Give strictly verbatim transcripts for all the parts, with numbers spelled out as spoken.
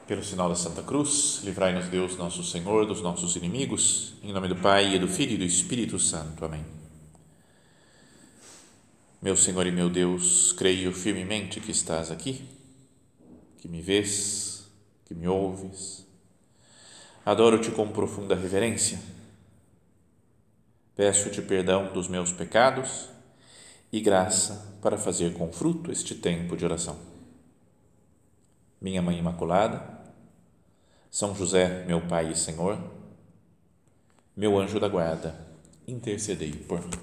Pelo sinal da Santa Cruz, livrai-nos Deus, nosso Senhor, dos nossos inimigos, em nome do Pai, e do Filho e do Espírito Santo. Amém. Meu Senhor e meu Deus, creio firmemente que estás aqui, que me vês, que me ouves. Adoro-te com profunda reverência. Peço-te perdão dos meus pecados e graça para fazer com fruto este tempo de oração. Minha Mãe Imaculada, São José, meu Pai e Senhor, meu anjo da guarda, intercedei por mim.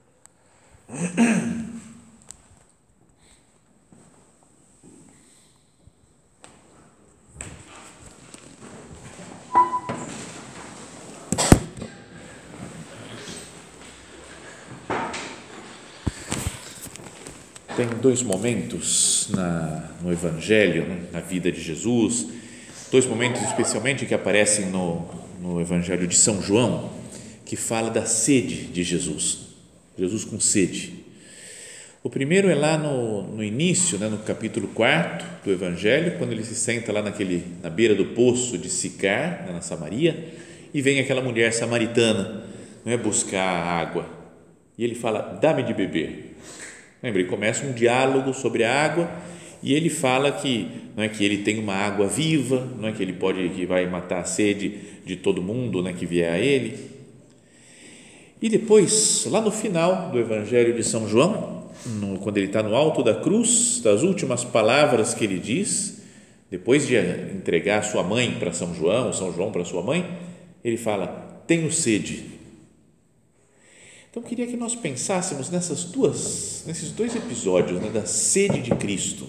Tem dois momentos na, no Evangelho, né, na vida de Jesus, dois momentos especialmente que aparecem no, no Evangelho de São João, que fala da sede de Jesus, Jesus com sede. O primeiro é lá no, no início, né, no capítulo quarto do Evangelho, quando ele se senta lá naquele, na beira do poço de Sicar, né, na Samaria, e vem aquela mulher samaritana, não é, buscar água, e ele fala, dá-me de beber. Lembra, começa um diálogo sobre a água e ele fala que não é que ele tem uma água viva, não é que ele pode que vai matar a sede de todo mundo, né, que vier a ele. E depois, lá no final do Evangelho de São João, no, quando ele está no alto da cruz, das últimas palavras que ele diz, depois de entregar sua mãe para São João, São João para sua mãe, ele fala, tenho sede. Então, eu queria que nós pensássemos nessas duas, nesses dois episódios, né, da sede de Cristo.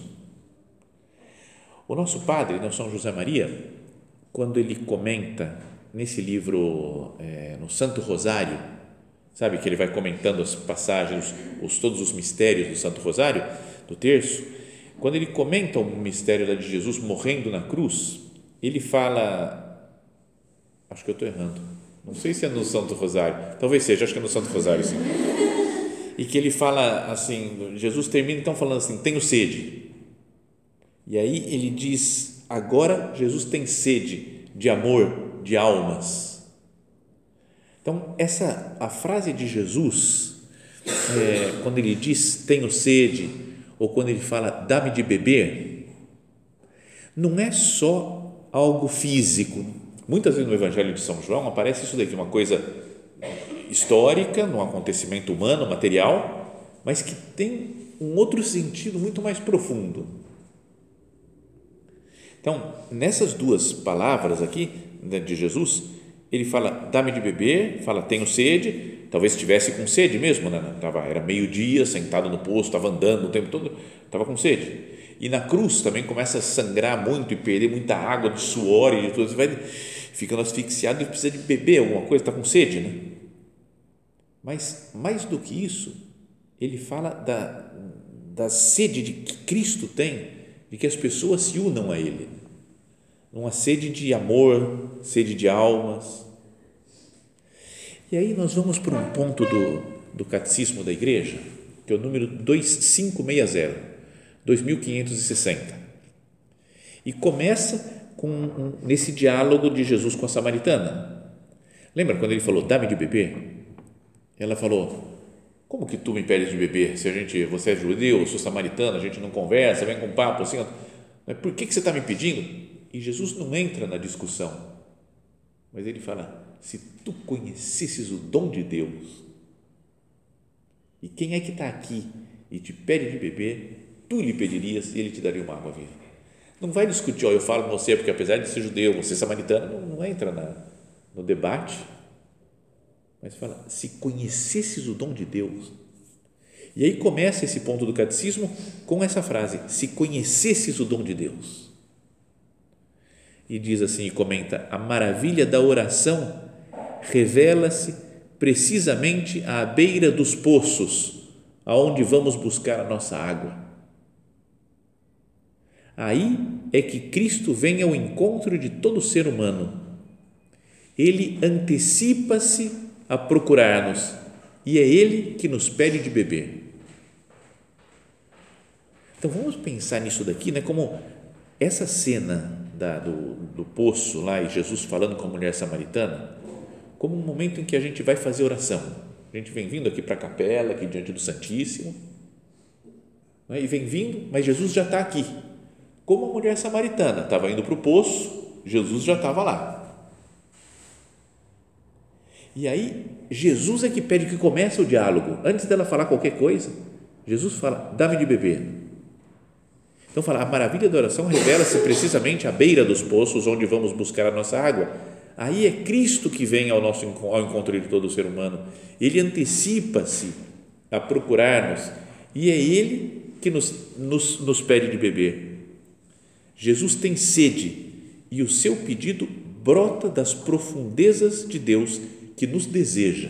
O nosso padre, né, São José Maria, quando ele comenta nesse livro, é, no Santo Rosário, sabe, que ele vai comentando as passagens, os, todos os mistérios do Santo Rosário, do terço, quando ele comenta o mistério de Jesus morrendo na cruz, ele fala, acho que eu estou errando, não sei se é no Santo Rosário, talvez seja, acho que é no Santo Rosário, sim. E que ele fala assim, Jesus termina então falando assim, tenho sede. E aí ele diz, agora Jesus tem sede de amor, de almas. Então, essa, a frase de Jesus, é, quando ele diz, tenho sede, ou quando ele fala, dá-me de beber, não é só algo físico. Muitas vezes no Evangelho de São João aparece isso daqui, uma coisa histórica, num acontecimento humano, material, mas que tem um outro sentido muito mais profundo. Então, nessas duas palavras aqui, né, de Jesus, ele fala, dá-me de beber, fala, tenho sede, talvez estivesse com sede mesmo, né? Tava, era meio-dia, sentado no poço, estava andando o tempo todo, estava com sede. E na cruz também começa a sangrar muito e perder muita água de suor e de tudo, você vai ficando asfixiado e precisa de beber alguma coisa, está com sede, né? Mas, mais do que isso, ele fala da, da sede de que Cristo tem, de que as pessoas se unam a Ele, uma sede de amor, sede de almas. E aí nós vamos para um ponto do, do Catecismo da Igreja, que é o número dois mil quinhentos e sessenta, dois mil quinhentos e sessenta, e começa com um, nesse diálogo de Jesus com a samaritana. Lembra quando ele falou, dá-me de beber? Ela falou, como que tu me pedes de beber? Se a gente, você é judeu, eu sou samaritano, a gente não conversa, vem com um papo assim, por que, que você está me pedindo? E Jesus não entra na discussão, mas ele fala, se tu conhecesses o dom de Deus, e quem é que está aqui e te pede de beber, tu lhe pedirias e ele te daria uma água viva. Não vai discutir, ó, eu falo com você porque apesar de ser judeu, você é samaritano, não, não entra na, no debate, mas fala, se conhecesses o dom de Deus. E aí começa esse ponto do catecismo com essa frase, se conhecesses o dom de Deus. E diz assim, e comenta, a maravilha da oração revela-se precisamente à beira dos poços, aonde vamos buscar a nossa água. Aí é que Cristo vem ao encontro de todo ser humano. Ele antecipa-se a procurar-nos e é Ele que nos pede de beber. Então vamos pensar nisso daqui, né? Como essa cena da, do, do poço lá e Jesus falando com a mulher samaritana como um momento em que a gente vai fazer oração. A gente vem vindo aqui para a capela, aqui diante do Santíssimo, né? E vem vindo, mas Jesus já está aqui. Como a mulher samaritana estava indo para o poço, Jesus já estava lá. E aí, Jesus é que pede que comece o diálogo. Antes dela falar qualquer coisa, Jesus fala, dá-me de beber. Então, fala, a maravilha da oração revela-se precisamente à beira dos poços, onde vamos buscar a nossa água. Aí é Cristo que vem ao nosso ao encontro de todo o ser humano. Ele antecipa-se a procurar-nos e é Ele que nos, nos, nos pede de beber. Jesus tem sede e o seu pedido brota das profundezas de Deus que nos deseja.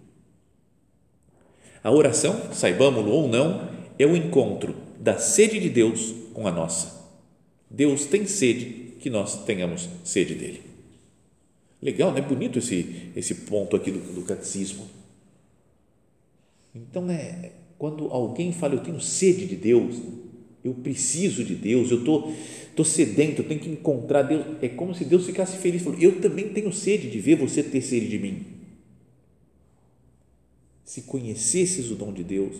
A oração, saibamo-lo ou não, é o encontro da sede de Deus com a nossa. Deus tem sede que nós tenhamos sede dele. Legal, né? Bonito esse, esse ponto aqui do, do catecismo. Então, né, quando alguém fala, eu tenho sede de Deus, eu preciso de Deus, eu estou tô, tô sedento, eu tenho que encontrar Deus, é como se Deus ficasse feliz, falou, eu também tenho sede de ver você ter sede de mim. Se conhecesses o dom de Deus,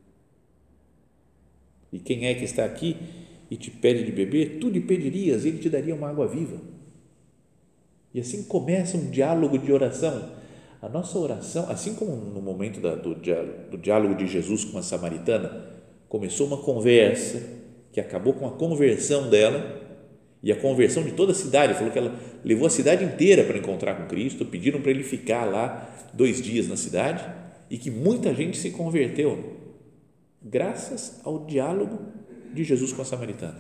e quem é que está aqui e te pede de beber, tu lhe pedirias, ele te daria uma água viva. E assim começa um diálogo de oração. A nossa oração, assim como no momento da, do, do diálogo de Jesus com a samaritana, começou uma conversa que acabou com a conversão dela e a conversão de toda a cidade. Falou que ela levou a cidade inteira para encontrar com Cristo, pediram para ele ficar lá dois dias na cidade e que muita gente se converteu graças ao diálogo de Jesus com a samaritana.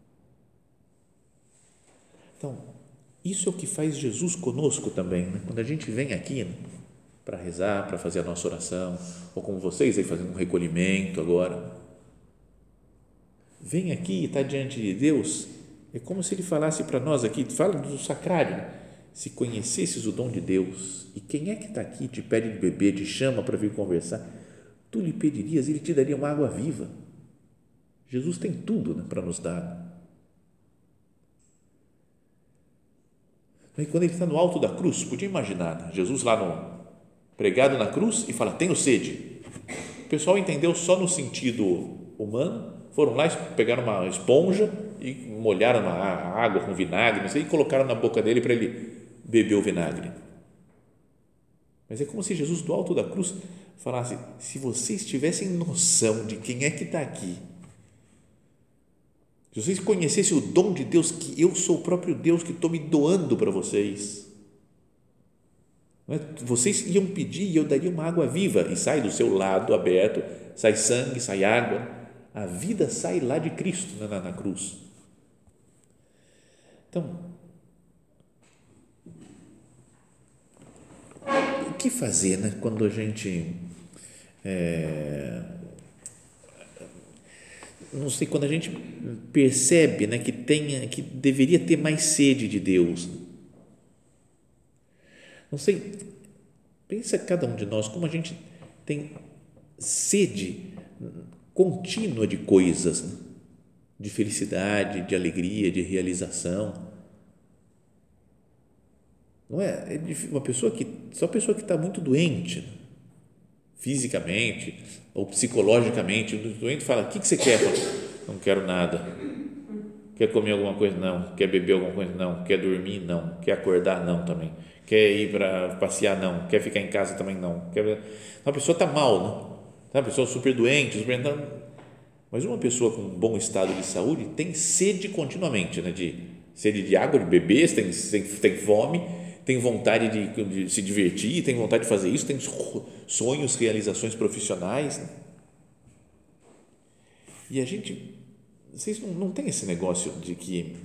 Então, isso é o que faz Jesus conosco também, né? Quando a gente vem aqui, né, para rezar, para fazer a nossa oração, ou como vocês aí fazendo um recolhimento agora, vem aqui e está diante de Deus, é como se ele falasse para nós aqui, fala do sacrário, né? Se conhecesses o dom de Deus, e quem é que está aqui, te pede de beber, te chama para vir conversar, tu lhe pedirias, ele te daria uma água viva. Jesus tem tudo, né, para nos dar. E quando ele está no alto da cruz, podia imaginar, né? Jesus lá no, pregado na cruz e fala, tenho sede. O pessoal entendeu só no sentido humano, foram lá, pegaram uma esponja e molharam a água com vinagre, não sei, e colocaram na boca dele para ele beber o vinagre. Mas é como se Jesus do alto da cruz falasse, se vocês tivessem noção de quem é que está aqui, se vocês conhecessem o dom de Deus, que eu sou o próprio Deus que estou me doando para vocês, não é? Vocês iam pedir e eu daria uma água viva, e sai do seu lado aberto, sai sangue, sai água, a vida sai lá de Cristo na, na cruz. Então, o que fazer, né, quando a gente é, não sei, quando a gente percebe, né, que, tenha, que deveria ter mais sede de Deus? Não sei, pensa cada um de nós como a gente tem sede contínua de coisas, né? De felicidade, de alegria, de realização. Não é? É uma pessoa que, só pessoa que está muito doente, né? Fisicamente ou psicologicamente, o doente fala, o que, que você quer? Fala, não quero nada. Quer comer alguma coisa? Não. Quer beber alguma coisa? Não. Quer dormir? Não. Quer acordar? Não também. Quer ir para passear? Não. Quer ficar em casa? Também não. Quer... A pessoa está mal, né? A pessoa super doente, super... mas uma pessoa com um bom estado de saúde tem sede continuamente, né? De sede de água, de beber, tem, tem, tem fome, tem vontade de, de se divertir, tem vontade de fazer isso, tem sonhos, realizações profissionais, né? E a gente, vocês não, não tem esse negócio de que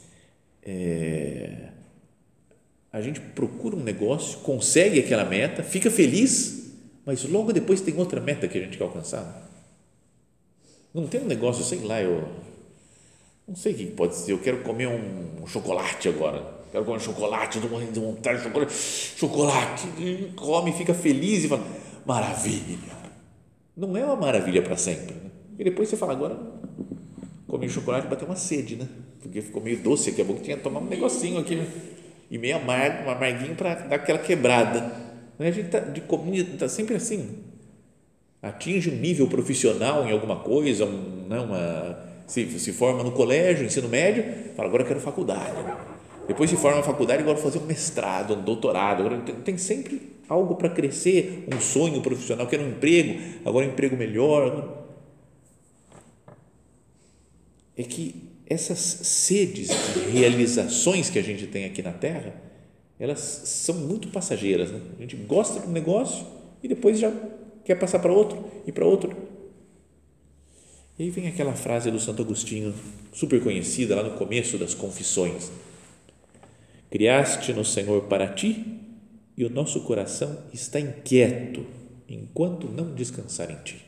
é, a gente procura um negócio, consegue aquela meta, fica feliz, mas logo depois tem outra meta que a gente quer alcançar. Não tem um negócio, sei lá, eu não sei o que pode ser, eu quero comer um, um chocolate agora, quero comer um chocolate, eu estou morrendo de vontade de chocolate, chocolate, come, fica feliz e fala, maravilha. Não é uma maravilha para sempre, né? E depois você fala, agora comi chocolate e bateu uma sede, né? porque ficou meio doce aqui, a boca tinha que tomar um negocinho aqui, e meio amargo, um amarguinho para dar aquela quebrada. A gente está de comida, está sempre assim, atinge um nível profissional em alguma coisa, um, não, uma, se, se forma no colégio, ensino médio, fala, agora eu quero faculdade, depois se forma na faculdade, agora vou fazer um mestrado, um doutorado, agora tem, tem sempre algo para crescer, um sonho profissional, quero um emprego, agora um emprego melhor. É que essas sedes de realizações que a gente tem aqui na Terra, elas são muito passageiras, né? A gente gosta de um negócio e depois já quer passar para outro e para outro. E aí vem aquela frase do Santo Agostinho, super conhecida lá no começo das Confissões: criaste-nos, Senhor, para ti, e o nosso coração está inquieto enquanto não descansar em ti.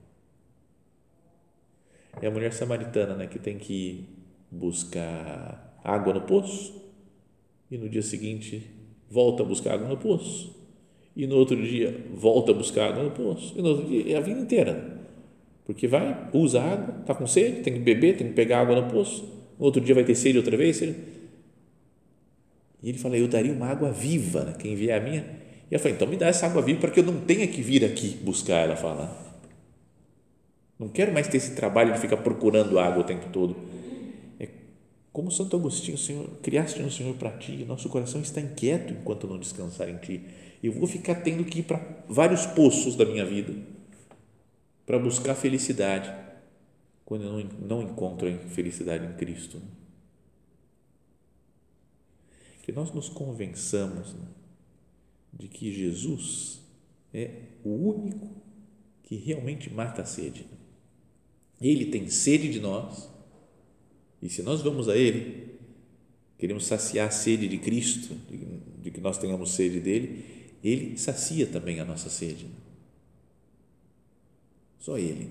É a mulher samaritana, né, que tem que ir buscar água no poço e no dia seguinte volta a buscar água no poço e no outro dia volta a buscar água no poço e no outro dia, é a vida inteira, porque vai, usa água, está com sede, tem que beber, tem que pegar água no poço, no outro dia vai ter sede outra vez, sede. E ele fala, eu daria uma água viva, né, quem vier a minha. E ela fala, então me dá essa água viva para que eu não tenha que vir aqui buscar. Ela fala, não quero mais ter esse trabalho de ficar procurando água o tempo todo. É como Santo Agostinho, Senhor, criaste no Senhor para ti, nosso coração está inquieto enquanto não descansar em ti. Eu vou ficar tendo que ir para vários poços da minha vida para buscar felicidade, quando eu não, não encontro a felicidade em Cristo. Que nós nos convençamos, né, de que Jesus é o único que realmente mata a sede. Ele tem sede de nós, e se nós vamos a Ele, queremos saciar a sede de Cristo, de, de que nós tenhamos sede dEle, Ele sacia também a nossa sede. Só Ele.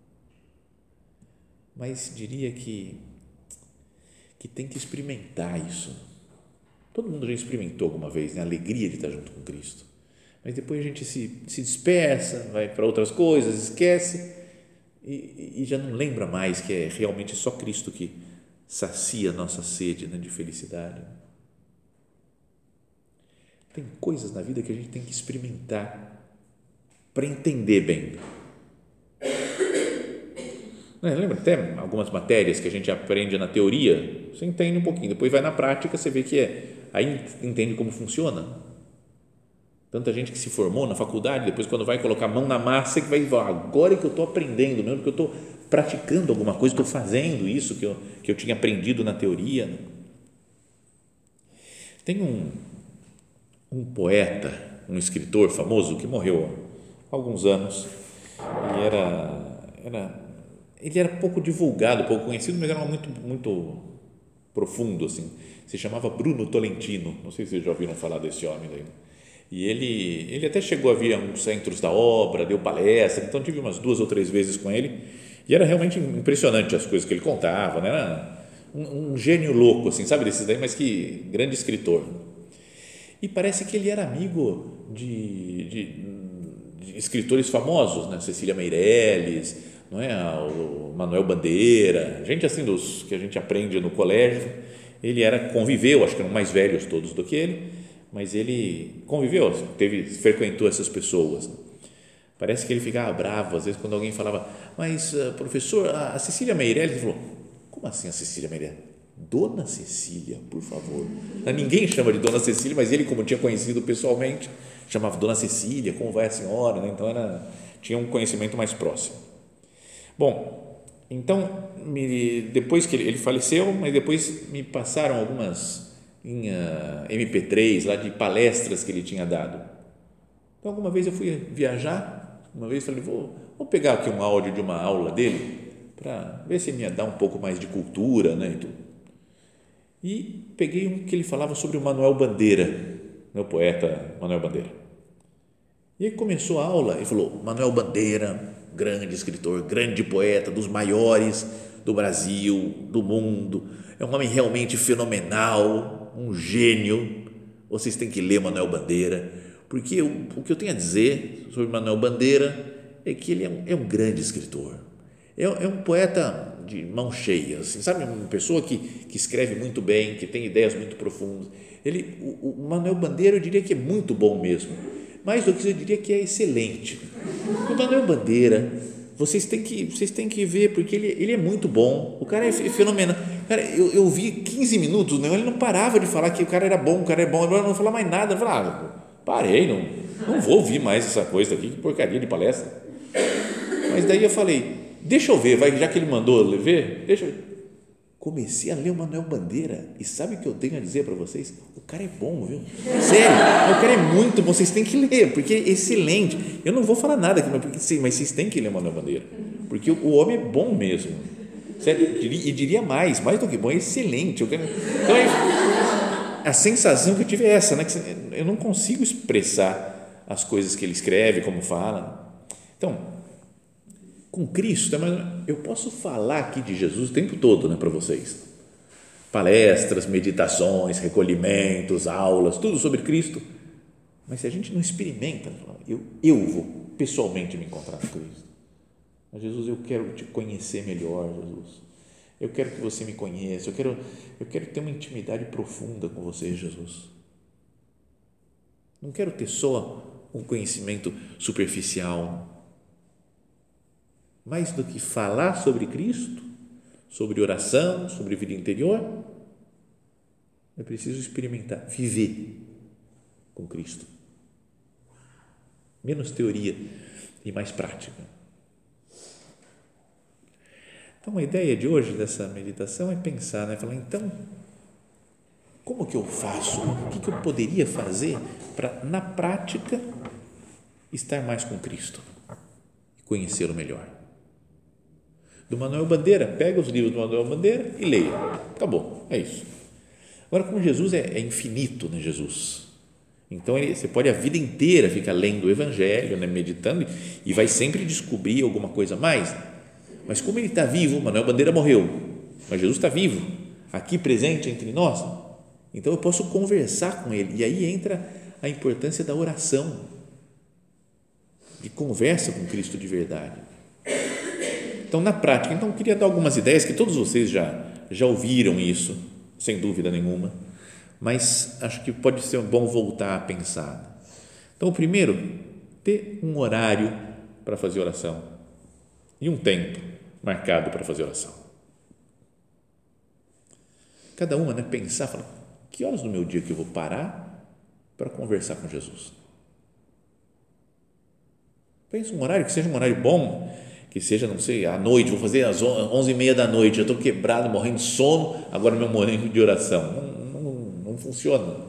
Mas diria que, que tem que experimentar isso. Todo mundo já experimentou alguma vez, né? A alegria de estar junto com Cristo. Mas depois a gente se, se dispersa, vai para outras coisas, esquece e, e já não lembra mais que é realmente só Cristo que sacia a nossa sede, né, de felicidade. Tem coisas na vida que a gente tem que experimentar para entender bem. Lembra até algumas matérias que a gente aprende na teoria, você entende um pouquinho, depois vai na prática, você vê que é, aí entende como funciona. Tanta gente que se formou na faculdade, depois quando vai colocar a mão na massa, que vai falar, agora é que eu estou aprendendo mesmo, porque eu estou praticando alguma coisa, estou fazendo isso que eu, que eu tinha aprendido na teoria. Tem um, um poeta, um escritor famoso que morreu há alguns anos e era, era ele era pouco divulgado, pouco conhecido, mas era muito, muito profundo, assim. Se chamava Bruno Tolentino, não sei se vocês já ouviram falar desse homem daí. E ele, ele até chegou a vir a uns centros da obra, deu palestra, então tive umas duas ou três vezes com ele, e era realmente impressionante as coisas que ele contava, né? Era um, um gênio louco, assim, sabe, desses daí, mas que grande escritor. E parece que ele era amigo de, de, de escritores famosos, né? Cecília Meirelles, não é? O Manuel Bandeira, gente assim dos que a gente aprende no colégio. Ele era, conviveu, acho que eram mais velhos todos do que ele, mas ele conviveu, teve, frequentou essas pessoas. Parece que ele ficava bravo às vezes quando alguém falava, mas professor, a Cecília Meirelles, ele falou, como assim a Cecília Meirelles? Dona Cecília, por favor. Ninguém chama de Dona Cecília, mas ele, como tinha conhecido pessoalmente, chamava Dona Cecília, como vai a senhora, né? Então era, tinha um conhecimento mais próximo. Bom, então, me, depois que ele, ele faleceu, mas depois me passaram algumas em uh, M P três lá de palestras que ele tinha dado. Então, alguma vez eu fui viajar, uma vez falei, vou, vou pegar aqui um áudio de uma aula dele para ver se ele me dá um pouco mais de cultura, né, e tudo. E peguei um que ele falava sobre o Manuel Bandeira, meu poeta Manuel Bandeira. E aí começou a aula e falou, Manuel Bandeira, grande escritor, grande poeta, dos maiores do Brasil, do mundo, é um homem realmente fenomenal, um gênio, vocês têm que ler Manuel Bandeira, porque eu, o que eu tenho a dizer sobre Manuel Bandeira é que ele é um, é um grande escritor, é, é um poeta de mão cheia, assim, sabe, uma pessoa que, que escreve muito bem, que tem ideias muito profundas. Ele, o, o Manuel Bandeira, eu diria que é muito bom mesmo, mais do que isso, eu diria que é excelente. O Manuel Bandeira, vocês têm que, vocês têm que ver, porque ele, ele é muito bom, o cara é fenomenal. Cara, eu, eu vi quinze minutos, né? Ele não parava de falar que o cara era bom, o cara é bom, agora não falava mais nada. Eu falava, ah, parei, não, não vou ouvir mais essa coisa aqui, que porcaria de palestra. Mas daí eu falei, deixa eu ver, vai, já que ele mandou ver, deixa eu ver. Comecei a ler o Manuel Bandeira e sabe o que eu tenho a dizer para vocês? O cara é bom, viu? Sério, o cara é muito bom, vocês têm que ler, porque é excelente. Eu não vou falar nada aqui, mas vocês têm que ler o Manuel Bandeira, porque o homem é bom mesmo. Sério, e diria mais, mais do que bom, é excelente. Eu quero, então, a sensação que eu tive é essa, né? Que eu não consigo expressar as coisas que ele escreve, como fala. Então, com Cristo, eu posso falar aqui de Jesus o tempo todo, né, para vocês. Palestras, meditações, recolhimentos, aulas, tudo sobre Cristo. Mas se a gente não experimenta, eu, eu vou pessoalmente me encontrar com Cristo. Mas Jesus, eu quero te conhecer melhor, Jesus. Eu quero que você me conheça. Eu quero, eu quero ter uma intimidade profunda com você, Jesus. Não quero ter só um conhecimento superficial. Mais do que falar sobre Cristo, sobre oração, sobre vida interior, eu preciso experimentar, viver com Cristo. Menos teoria e mais prática. Então, a ideia de hoje dessa meditação é pensar, né? Falar, então, como que eu faço? O que, que eu poderia fazer para, na prática, estar mais com Cristo e conhecê-lo melhor? Do Manuel Bandeira, pega os livros do Manuel Bandeira e leia. Acabou, é isso. Agora, como Jesus é, é infinito, né, Jesus? Então, ele, você pode a vida inteira ficar lendo o Evangelho, né, meditando, e vai sempre descobrir alguma coisa a mais. Mas como ele está vivo, Manuel Bandeira morreu, mas Jesus está vivo, aqui presente entre nós, então eu posso conversar com ele. E aí entra a importância da oração, de conversa com Cristo de verdade. Então, na prática, então, eu queria dar algumas ideias que todos vocês já, já ouviram isso, sem dúvida nenhuma, mas acho que pode ser bom voltar a pensar. Então, o primeiro, ter um horário para fazer oração e um tempo marcado para fazer oração. Cada uma, né, pensar, falar, que horas do meu dia que eu vou parar para conversar com Jesus? Pensa um horário que seja um horário bom, que seja, não sei, à noite, vou fazer às onze e meia da noite, eu estou quebrado, morrendo de sono, agora meu momento de oração. Não, não, não funciona.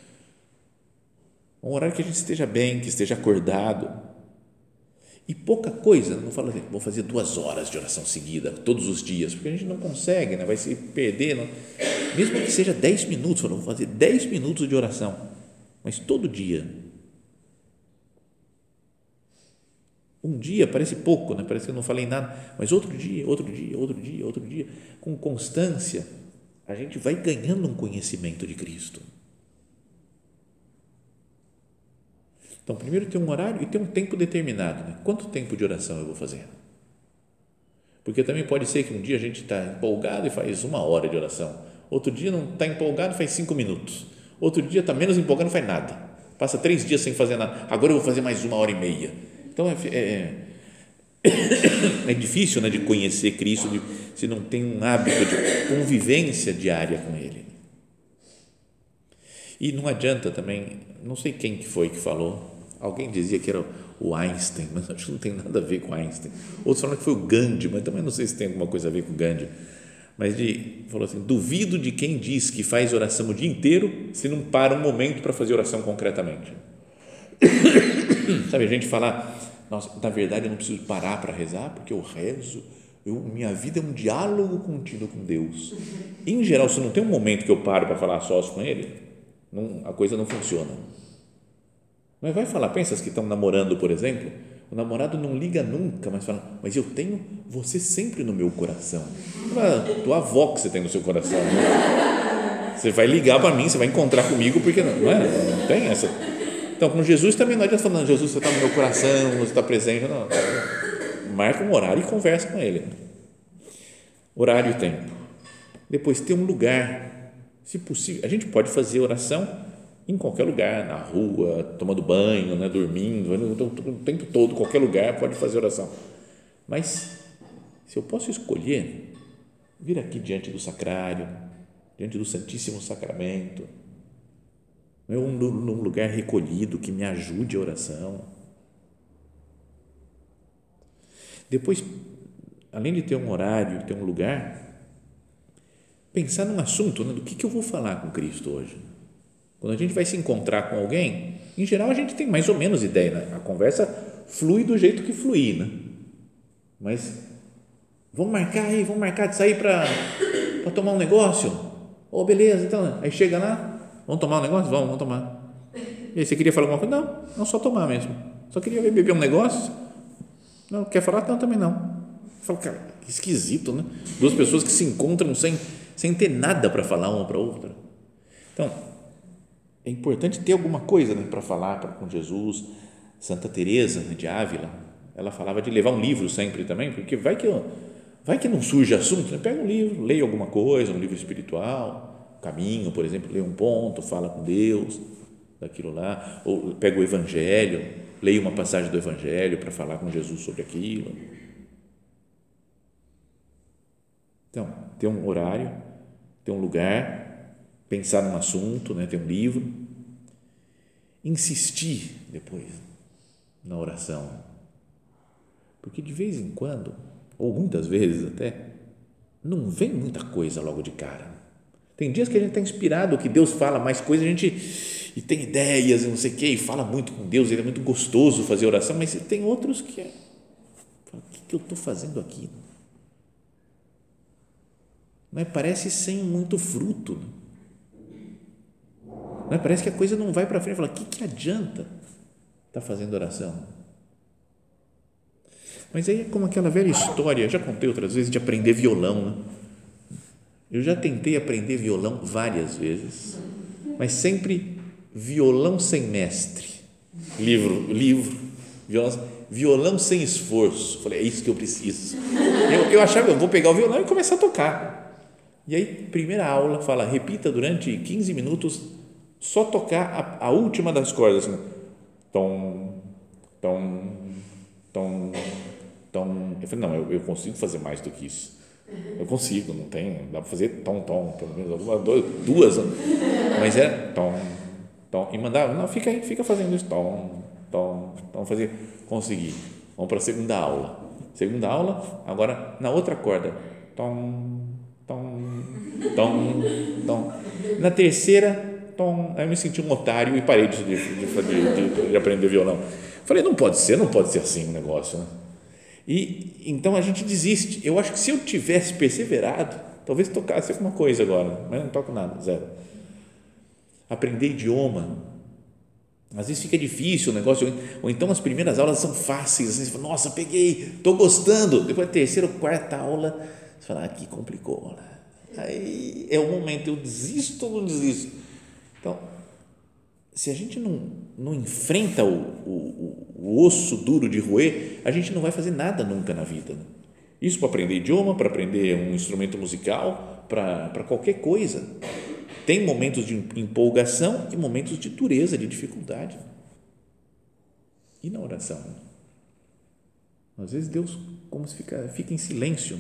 Um horário que a gente esteja bem, que esteja acordado. E pouca coisa, não fala assim, vou fazer duas horas de oração seguida, todos os dias, porque a gente não consegue, né? Vai se perder. Não? Mesmo que seja dez minutos, vou fazer dez minutos de oração, mas todo dia. Um dia parece pouco, né? Parece que eu não falei nada, mas outro dia, outro dia, outro dia, outro dia, com constância, a gente vai ganhando um conhecimento de Cristo. Então, primeiro ter um horário e ter um tempo determinado, né? Quanto tempo de oração eu vou fazer? Porque também pode ser que um dia a gente está empolgado e faz uma hora de oração, outro dia não está empolgado e faz cinco minutos, outro dia está menos empolgado e não faz nada, passa três dias sem fazer nada, agora eu vou fazer mais uma hora e meia. Então, é, é, é difícil, né, de conhecer Cristo de, se não tem um hábito de convivência diária com Ele. E não adianta também, não sei quem que foi que falou, alguém dizia que era o Einstein, mas acho que não tem nada a ver com Einstein. Outros falaram que foi o Gandhi, mas também não sei se tem alguma coisa a ver com o Gandhi. Mas de, falou assim, duvido de quem diz que faz oração o dia inteiro se não para um momento para fazer oração concretamente. Sabe, a gente fala, nossa, na verdade eu não preciso parar para rezar, porque eu rezo, eu, minha vida é um diálogo contínuo com Deus. Em geral, se não tem um momento que eu paro para falar sós com Ele, não, a coisa não funciona. Mas vai falar, pensa as que estão namorando, por exemplo, o namorado não liga nunca, mas fala, mas eu tenho você sempre no meu coração. Fala, tua avó que você tem no seu coração, né? Você vai ligar para mim, você vai encontrar comigo, porque não, não, é, não tem essa. Então, com Jesus também não adianta falar, Jesus, você está no meu coração, você está presente. Não, marca um horário e conversa com Ele. horário e tempo. Depois, ter um lugar, se possível. A gente pode fazer oração em qualquer lugar, na rua, tomando banho, né, dormindo, o tempo todo, qualquer lugar pode fazer oração. Mas, se eu posso escolher, vir aqui diante do sacrário, diante do Santíssimo Sacramento, num, num lugar recolhido que me ajude a oração. Depois, além de ter um horário, ter um lugar, pensar num assunto, né, do que, que eu vou falar com Cristo hoje. Quando a gente vai se encontrar com alguém, em geral a gente tem mais ou menos ideia, né? A conversa flui do jeito que fluir, né? Mas vamos marcar aí, vamos marcar de sair para tomar um negócio? Oh, beleza, então, aí chega lá, vamos tomar um negócio? Vamos, vamos tomar. E aí, você queria falar alguma coisa? Não, não só tomar mesmo, só queria beber um negócio. Não, quer falar? Não, também não. Fala, cara, que esquisito, né? Duas pessoas que se encontram sem, sem ter nada para falar uma para outra. Então, é importante ter alguma coisa, né, para falar pra, com Jesus. Santa Teresa, né, de Ávila, ela falava de levar um livro sempre também, porque vai que, vai que não surge assunto, né? Pega um livro, leia alguma coisa, um livro espiritual, Caminho, por exemplo, leia um ponto, fala com Deus daquilo lá, ou pega o Evangelho, leia uma passagem do Evangelho para falar com Jesus sobre aquilo. Então, ter um horário, ter um lugar, pensar num assunto, né, ter um livro, insistir depois na oração, porque de vez em quando, ou muitas vezes até, não vem muita coisa logo de cara. Tem dias que a gente está inspirado, que Deus fala mais coisas, a gente e tem ideias e não sei o que, e fala muito com Deus, ele é muito gostoso fazer oração, mas tem outros que é, fala, o que, que eu estou fazendo aqui? Não é? Parece sem muito fruto, não é? Parece que a coisa não vai para frente, fala, o que, que adianta estar fazendo oração? Mas aí é como aquela velha história, já contei outras vezes, de aprender violão, né? Eu já tentei aprender violão várias vezes, mas sempre violão sem mestre, livro, livro, violão, violão sem esforço. Falei, é isso que eu preciso. Eu, eu achava, eu vou pegar o violão e começar a tocar. E aí, primeira aula, fala, repita durante quinze minutos, só tocar a, a última das cordas, assim, tom, tom, tom, tom. Eu falei, não, eu, eu consigo fazer mais do que isso. Eu consigo, não tem, dá para fazer tom, tom, pelo menos algumas, duas, mas é tom, tom, e mandava, não, fica aí, fica fazendo isso, tom, tom, tom, fazer, consegui. Vamos para a segunda aula. Segunda aula, agora na outra corda, tom, tom, tom, tom. Na terceira, tom, aí eu me senti um otário e parei de, de, de, de, de aprender violão. Falei, não pode ser, não pode ser assim o negócio, né? E então a gente desiste. Eu acho que se eu tivesse perseverado, talvez tocasse alguma coisa agora, mas não toco nada, zero. Aprender idioma, às vezes fica difícil o negócio, ou então as primeiras aulas são fáceis, assim, você fala, nossa, peguei, estou gostando. Depois a terceira ou quarta aula, você fala, ah, que complicou, né? Aí é o momento, eu desisto ou não desisto? Então, se a gente não, não enfrenta o, o, o osso duro de roer, a gente não vai fazer nada nunca na vida, né? Isso para aprender idioma, para aprender um instrumento musical, para, para qualquer coisa. Tem momentos de empolgação e momentos de dureza, de dificuldade. E na oração? Às vezes Deus como se fica, fica em silêncio, né?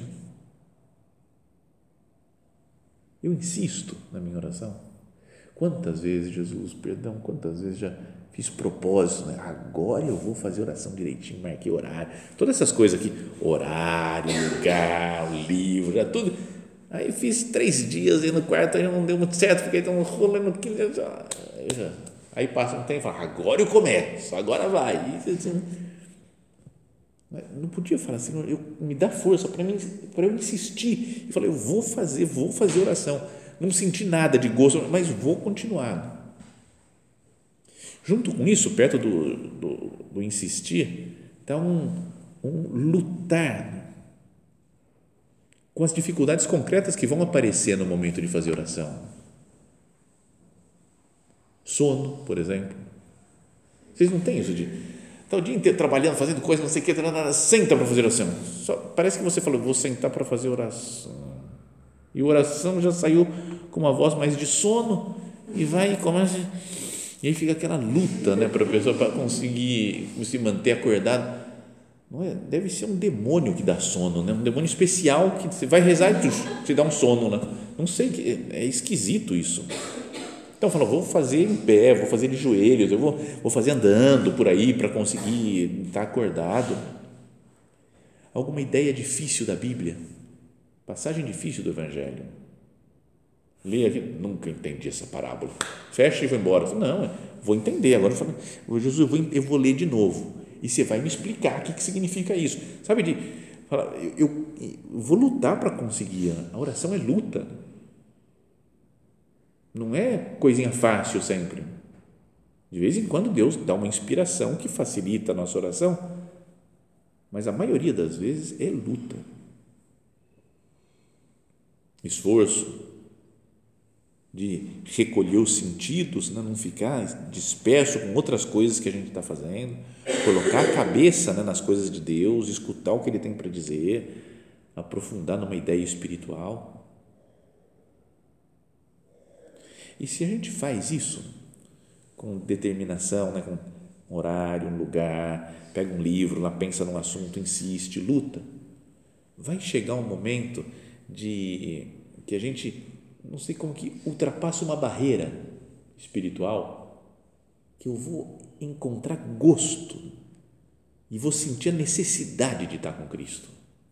Eu insisto na minha oração. Quantas vezes, Jesus, perdão, quantas vezes já fiz propósito, né? Agora eu vou fazer oração direitinho, marquei horário, todas essas coisas aqui, horário, lugar, o livro, já tudo. Aí fiz três dias e no quarto aí não deu muito certo, fiquei tão rolando no quinto, aí passa um tempo e fala, agora eu começo, agora vai. E, assim, não podia falar assim, eu, me dá força para mim, para eu insistir. E falei, eu vou fazer, vou fazer oração. Não senti nada de gosto, mas vou continuar. Junto com isso, perto do, do, do insistir, está um, um lutar com as dificuldades concretas que vão aparecer no momento de fazer oração. Sono, por exemplo. Vocês não têm isso de, está o dia inteiro trabalhando, fazendo coisa, não sei o que, senta para fazer oração. Só, parece que você falou, vou sentar para fazer oração. E a oração já saiu com uma voz mais de sono e vai e começa. E aí fica aquela luta, né, para a pessoa para conseguir se manter acordado. Não é? Deve ser um demônio que dá sono, né? Um demônio especial que você vai rezar e te dá um sono, né? Não sei, é esquisito isso. Então fala, vou fazer em pé, vou fazer de joelhos, eu vou, vou fazer andando por aí para conseguir estar acordado. Alguma ideia difícil da Bíblia? Passagem difícil do Evangelho. Leia aqui, nunca entendi essa parábola. Fecha e vou embora. Não, vou entender. Agora eu falo, Jesus, eu vou, eu vou ler de novo. E você vai me explicar o que, que significa isso. Sabe, de falar, eu, eu, eu vou lutar para conseguir. A oração é luta. Não é coisinha fácil sempre. De vez em quando Deus dá uma inspiração que facilita a nossa oração, mas a maioria das vezes é luta. Esforço de recolher os sentidos, né? Não ficar disperso com outras coisas que a gente está fazendo, colocar a cabeça, né, nas coisas de Deus, escutar o que Ele tem para dizer, aprofundar numa ideia espiritual. E se a gente faz isso com determinação, né, com um horário, um lugar, pega um livro, lá pensa num assunto, insiste, luta, vai chegar um momento de que a gente, não sei como que ultrapassa uma barreira espiritual, que eu vou encontrar gosto e vou sentir a necessidade de estar com Cristo.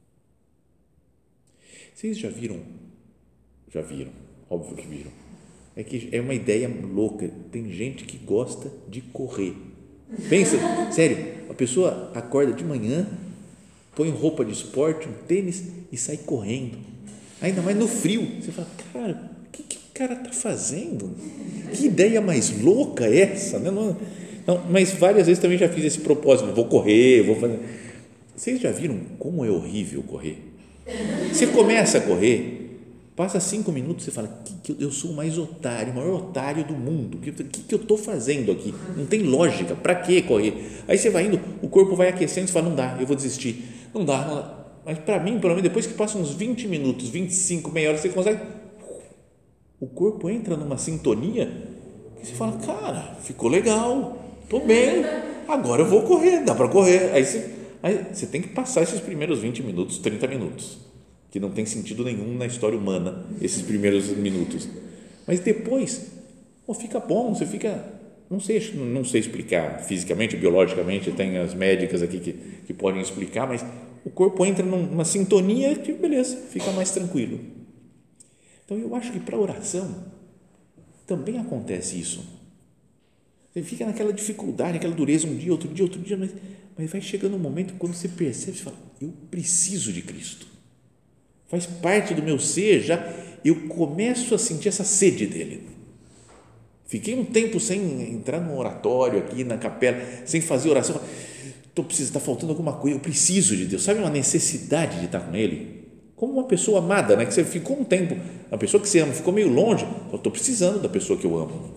Vocês já viram? Já viram, óbvio que viram. É que é uma ideia louca. Tem gente que gosta de correr. Pensa, sério, a pessoa acorda de manhã, põe roupa de esporte, um tênis e sai correndo. Ainda mais no frio. Você fala, cara, o que, que o cara está fazendo? Que ideia mais louca é essa? Não, não, mas várias vezes também já fiz esse propósito, vou correr, vou fazer. Vocês já viram como é horrível correr? Você começa a correr, passa cinco minutos, você fala, que, que eu sou o mais otário, o maior otário do mundo, o que, que, que eu estou fazendo aqui? Não tem lógica, para que correr? Aí você vai indo, o corpo vai aquecendo, você fala, não dá, eu vou desistir, não dá, não dá. Mas para mim, pelo menos depois que passa uns vinte minutos, vinte e cinco, meia hora, você consegue, o corpo entra numa sintonia, que você fala, cara, ficou legal, estou bem, agora eu vou correr, dá para correr. Aí você, aí você tem que passar esses primeiros vinte minutos, trinta minutos, que não tem sentido nenhum na história humana, esses primeiros minutos, mas depois, oh, fica bom, você fica, não sei, não sei explicar fisicamente, biologicamente, tem as médicas aqui que, que podem explicar, mas o corpo entra numa sintonia que, beleza, fica mais tranquilo. Então, eu acho que para a oração também acontece isso. Você fica naquela dificuldade, aquela dureza, um dia, outro dia, outro dia, mas, mas vai chegando um momento quando você percebe, você fala, eu preciso de Cristo. Faz parte do meu ser, já eu começo a sentir essa sede dele. Fiquei um tempo sem entrar no oratório aqui na capela, sem fazer oração. Estou precisando, está faltando alguma coisa, eu preciso de Deus. Sabe, uma necessidade de estar com Ele? Como uma pessoa amada, né? Que você ficou um tempo, a pessoa que você ama ficou meio longe, eu estou precisando da pessoa que eu amo.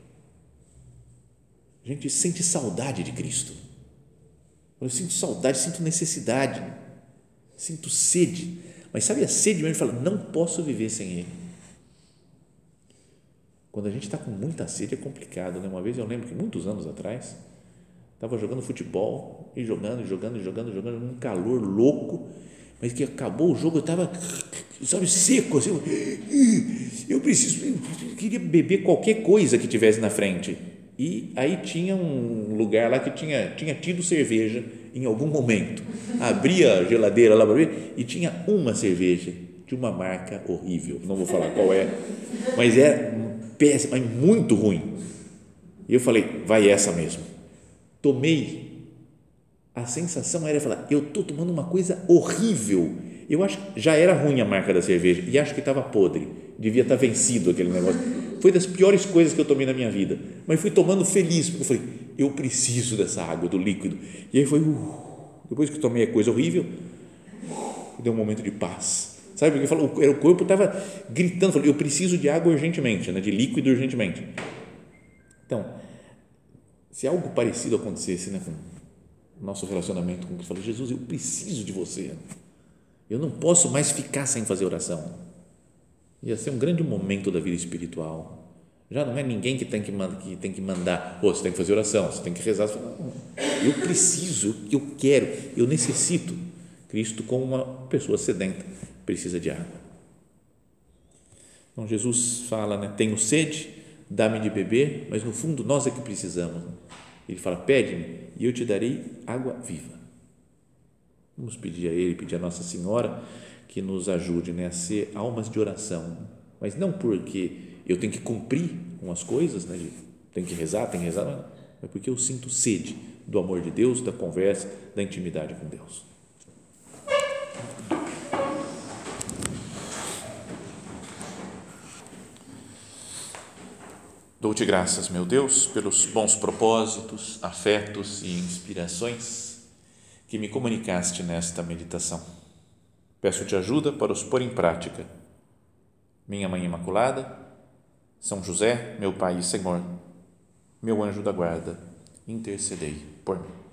A gente sente saudade de Cristo. Eu sinto saudade, sinto necessidade, sinto sede. Mas sabe a sede mesmo? Fala, não posso viver sem Ele. Quando a gente está com muita sede é complicado, né? Uma vez eu lembro que muitos anos atrás estava jogando futebol e jogando, jogando, jogando, jogando num calor louco, mas que acabou o jogo, eu estava, sabe, seco, assim, eu preciso, eu queria beber qualquer coisa que tivesse na frente. E aí tinha um lugar lá que tinha, tinha tido cerveja em algum momento. Abria a geladeira lá para ver e tinha uma cerveja de uma marca horrível, não vou falar qual é, mas é péssima, é muito ruim. E eu falei, vai essa mesmo. Tomei, a sensação era falar, eu estou tomando uma coisa horrível. Eu acho que já era ruim a marca da cerveja e acho que estava podre, devia estar vencido aquele negócio. Foi das piores coisas que eu tomei na minha vida, mas fui tomando feliz, porque eu falei, eu preciso dessa água, do líquido. E aí foi, uh, depois que eu tomei a coisa horrível, uh, deu um momento de paz. Sabe, porque falou, o corpo estava gritando, falou, eu preciso de água urgentemente, né, de líquido urgentemente. Então, se algo parecido acontecesse, né, com, nosso relacionamento com Cristo. Fala, Jesus, eu preciso de você. Eu não posso mais ficar sem fazer oração. Ia ser um grande momento da vida espiritual. Já não é ninguém que tem que, que, tem que mandar, oh, você tem que fazer oração, você tem que rezar. Você fala, não, eu preciso, eu quero, eu necessito. Cristo, como uma pessoa sedenta, precisa de água. Então, Jesus fala, né, tenho sede, dá-me de beber, mas no fundo nós é que precisamos. Ele fala, pede-me e eu te darei água viva. Vamos pedir a Ele, pedir a Nossa Senhora que nos ajude, né, a ser almas de oração, mas não porque eu tenho que cumprir com as coisas, né, de, tenho que rezar, tenho que rezar, não, é porque eu sinto sede do amor de Deus, da conversa, da intimidade com Deus. Dou-te graças, meu Deus, pelos bons propósitos, afetos e inspirações que me comunicaste nesta meditação. Peço-te ajuda para os pôr em prática. Minha Mãe Imaculada, São José, meu Pai e Senhor, meu anjo da guarda, intercedei por mim.